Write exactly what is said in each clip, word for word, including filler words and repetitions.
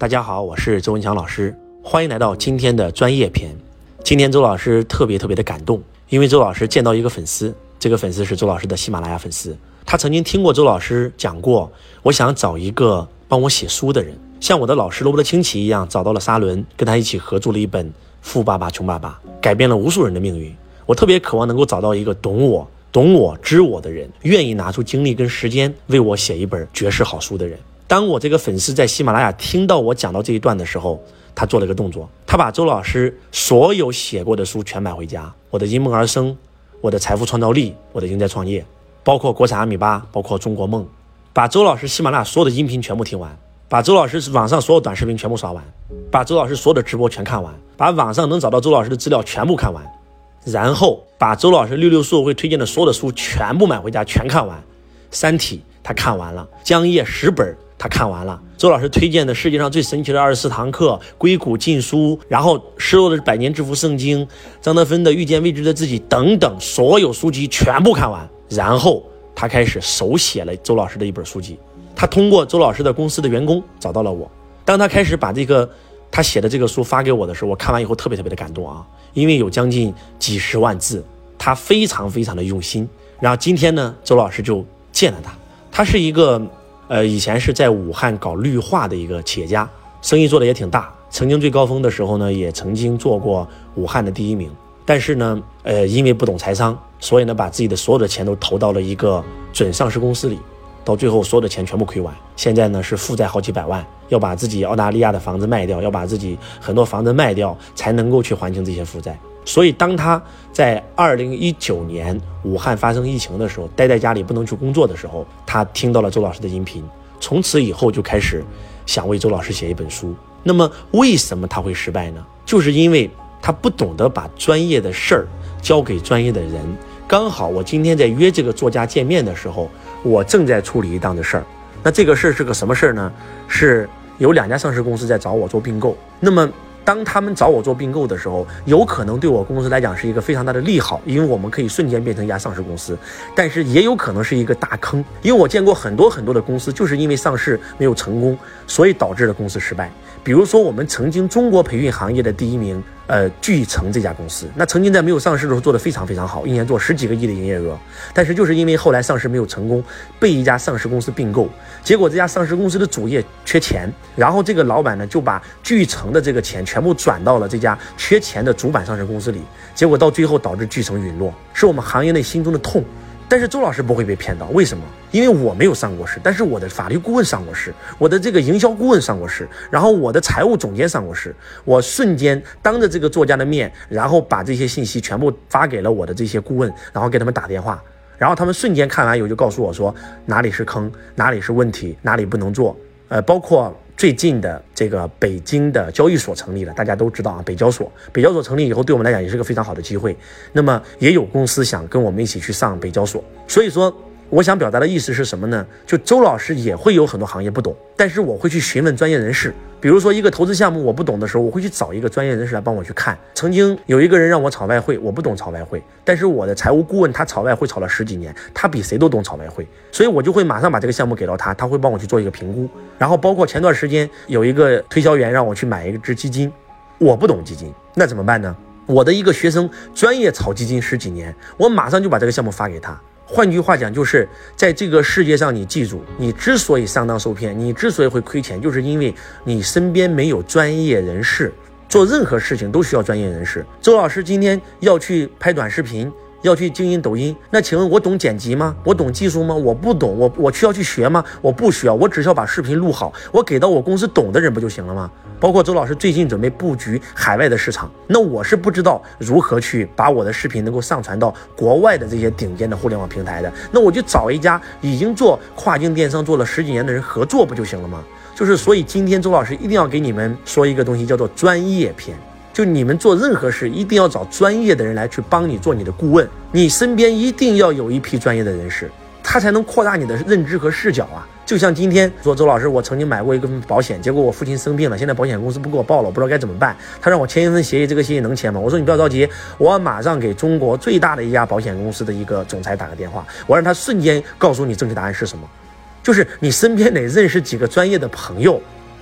大家好，我是周文强老师，欢迎来到今天的专业篇。今天周老师特别特别的感动，因为周老师见到一个粉丝，这个粉丝是周老师的喜马拉雅粉丝，他曾经听过周老师讲过，我想找一个帮我写书的人，像我的老师罗伯特清崎一样，找到了沙伦，跟他一起合著了一本《富爸爸穷爸爸》，改变了无数人的命运。我特别渴望能够找到一个懂我懂我知我的人，愿意拿出精力跟时间为我写一本绝世好书的人。当我这个粉丝在喜马拉雅听到我讲到这一段的时候，他做了个动作，他把周老师所有写过的书全买回家，我的因梦而生，我的财富创造力，我的赢在创业，包括国产阿米巴，包括中国梦，把周老师喜马拉雅所有的音频全部听完，把周老师网上所有短视频全部刷完，把周老师所有的直播全看完，把网上能找到周老师的资料全部看完，然后把周老师六六书友会推荐的所有的书全部买回家全看完。三体他看完了，江夜十本他看完了，周老师推荐的世界上最神奇的二十四堂课，硅谷禁书，然后失落的百年致富圣经，张德芬的遇见未知的自己等等，所有书籍全部看完。然后他开始手写了周老师的一本书籍，他通过周老师的公司的员工找到了我。当他开始把这个他写的这个书发给我的时候，我看完以后特别特别的感动啊，因为有将近几十万字，他非常非常的用心。然后今天呢，周老师就见了他，他是一个呃，以前是在武汉搞绿化的一个企业家，生意做的也挺大，曾经最高峰的时候呢，也曾经做过武汉的第一名。但是呢，呃，因为不懂财商，所以呢，把自己的所有的钱都投到了一个准上市公司里，到最后所有的钱全部亏完。现在呢是负债好几百万，要把自己澳大利亚的房子卖掉，要把自己很多房子卖掉，才能够去还清这些负债。所以当他在二零一九年武汉发生疫情的时候，待在家里不能去工作的时候，他听到了周老师的音频，从此以后就开始想为周老师写一本书。那么为什么他会失败呢？就是因为他不懂得把专业的事儿交给专业的人。刚好我今天在约这个作家见面的时候，我正在处理一档的事儿。那这个事儿是个什么事儿呢？是有两家上市公司在找我做并购。那么当他们找我做并购的时候，有可能对我公司来讲是一个非常大的利好，因为我们可以瞬间变成一家上市公司，但是也有可能是一个大坑，因为我见过很多很多的公司就是因为上市没有成功，所以导致了公司失败。比如说我们曾经中国培训行业的第一名呃，聚成这家公司，那曾经在没有上市的时候做得非常非常好，一年做十几个亿的营业额，但是就是因为后来上市没有成功，被一家上市公司并购，结果这家上市公司的主业缺钱，然后这个老板呢就把聚成的这个钱全部转到了这家缺钱的主板上市公司里，结果到最后导致聚成陨落，是我们行业内心中的痛。但是周老师不会被骗到，为什么？因为我没有上过市，但是我的法律顾问上过市，我的这个营销顾问上过市，然后我的财务总监上过市，我瞬间当着这个作家的面，然后把这些信息全部发给了我的这些顾问，然后给他们打电话，然后他们瞬间看完以后就告诉我说哪里是坑，哪里是问题，哪里不能做。呃，包括最近的这个北京的交易所成立了，大家都知道啊，北交所，北交所成立以后，对我们来讲也是个非常好的机会。那么也有公司想跟我们一起去上北交所，所以说我想表达的意思是什么呢？就周老师也会有很多行业不懂，但是我会去询问专业人士。比如说一个投资项目我不懂的时候，我会去找一个专业人士来帮我去看。曾经有一个人让我炒外汇，我不懂炒外汇，但是我的财务顾问他炒外汇炒了十几年，他比谁都懂炒外汇，所以我就会马上把这个项目给到他，他会帮我去做一个评估。然后包括前段时间有一个推销员让我去买一只基金，我不懂基金，那怎么办呢？我的一个学生专业炒基金十几年，我马上就把这个项目发给他。换句话讲，就是在这个世界上，你记住，你之所以上当受骗，你之所以会亏钱，就是因为你身边没有专业人士。做任何事情都需要专业人士。周老师今天要去拍短视频，要去经营抖音，那请问我懂剪辑吗？我懂技术吗？我不懂。我我需要去学吗？我不需要，我只需要把视频录好，我给到我公司懂的人不就行了吗？包括周老师最近准备布局海外的市场，那我是不知道如何去把我的视频能够上传到国外的这些顶尖的互联网平台的，那我就找一家已经做跨境电商做了十几年的人合作不就行了吗？就是所以今天周老师一定要给你们说一个东西，叫做专业篇。就你们做任何事一定要找专业的人来去帮你做你的顾问，你身边一定要有一批专业的人士，他才能扩大你的认知和视角啊。就像今天说，周老师，我曾经买过一个保险，结果我父亲生病了，现在保险公司不给我报了，我不知道该怎么办。他让我签一份协议，这个协议能签吗？我说你不要着急，我马上给中国最大的一家保险公司的一个总裁打个电话，我让他瞬间告诉你正确答案是什么。就是你身边得认识几个专业的朋友，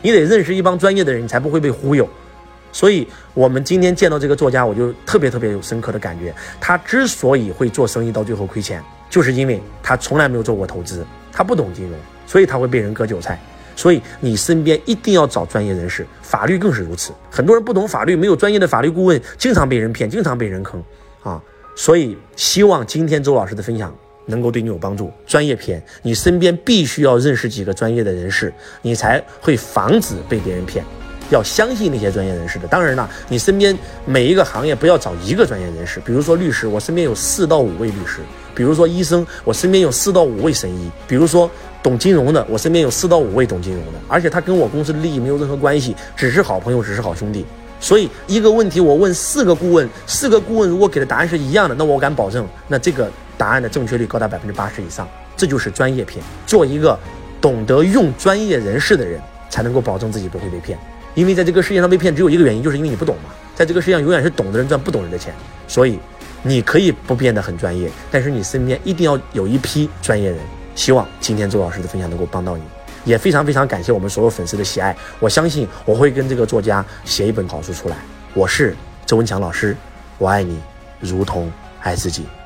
你得认识一帮专业的人，你才不会被忽悠。所以我们今天见到这个作家，我就特别特别有深刻的感觉。他之所以会做生意到最后亏钱，就是因为他从来没有做过投资，他不懂金融，所以他会被人割韭菜。所以你身边一定要找专业人士，法律更是如此。很多人不懂法律，没有专业的法律顾问，经常被人骗，经常被人坑啊。所以希望今天周老师的分享能够对你有帮助。专业篇，你身边必须要认识几个专业的人士，你才会防止被别人骗。要相信那些专业人士的。当然了，你身边每一个行业不要找一个专业人士，比如说律师，我身边有四到五位律师；比如说医生，我身边有四到五位神医；比如说懂金融的，我身边有四到五位懂金融的，而且他跟我公司的利益没有任何关系，只是好朋友，只是好兄弟。所以一个问题我问四个顾问，四个顾问如果给的答案是一样的，那我敢保证，那这个答案的正确率高达百分之八十以上。这就是专业篇，做一个懂得用专业人士的人，才能够保证自己不会被骗。因为在这个世界上被骗只有一个原因，就是因为你不懂嘛。在这个世界上永远是懂的人赚不懂人的钱，所以你可以不变得很专业，但是你身边一定要有一批专业人。希望今天周老师的分享能够帮到你，也非常非常感谢我们所有粉丝的喜爱。我相信我会跟这个作家写一本好书出来。我是周文强老师，我爱你如同爱自己。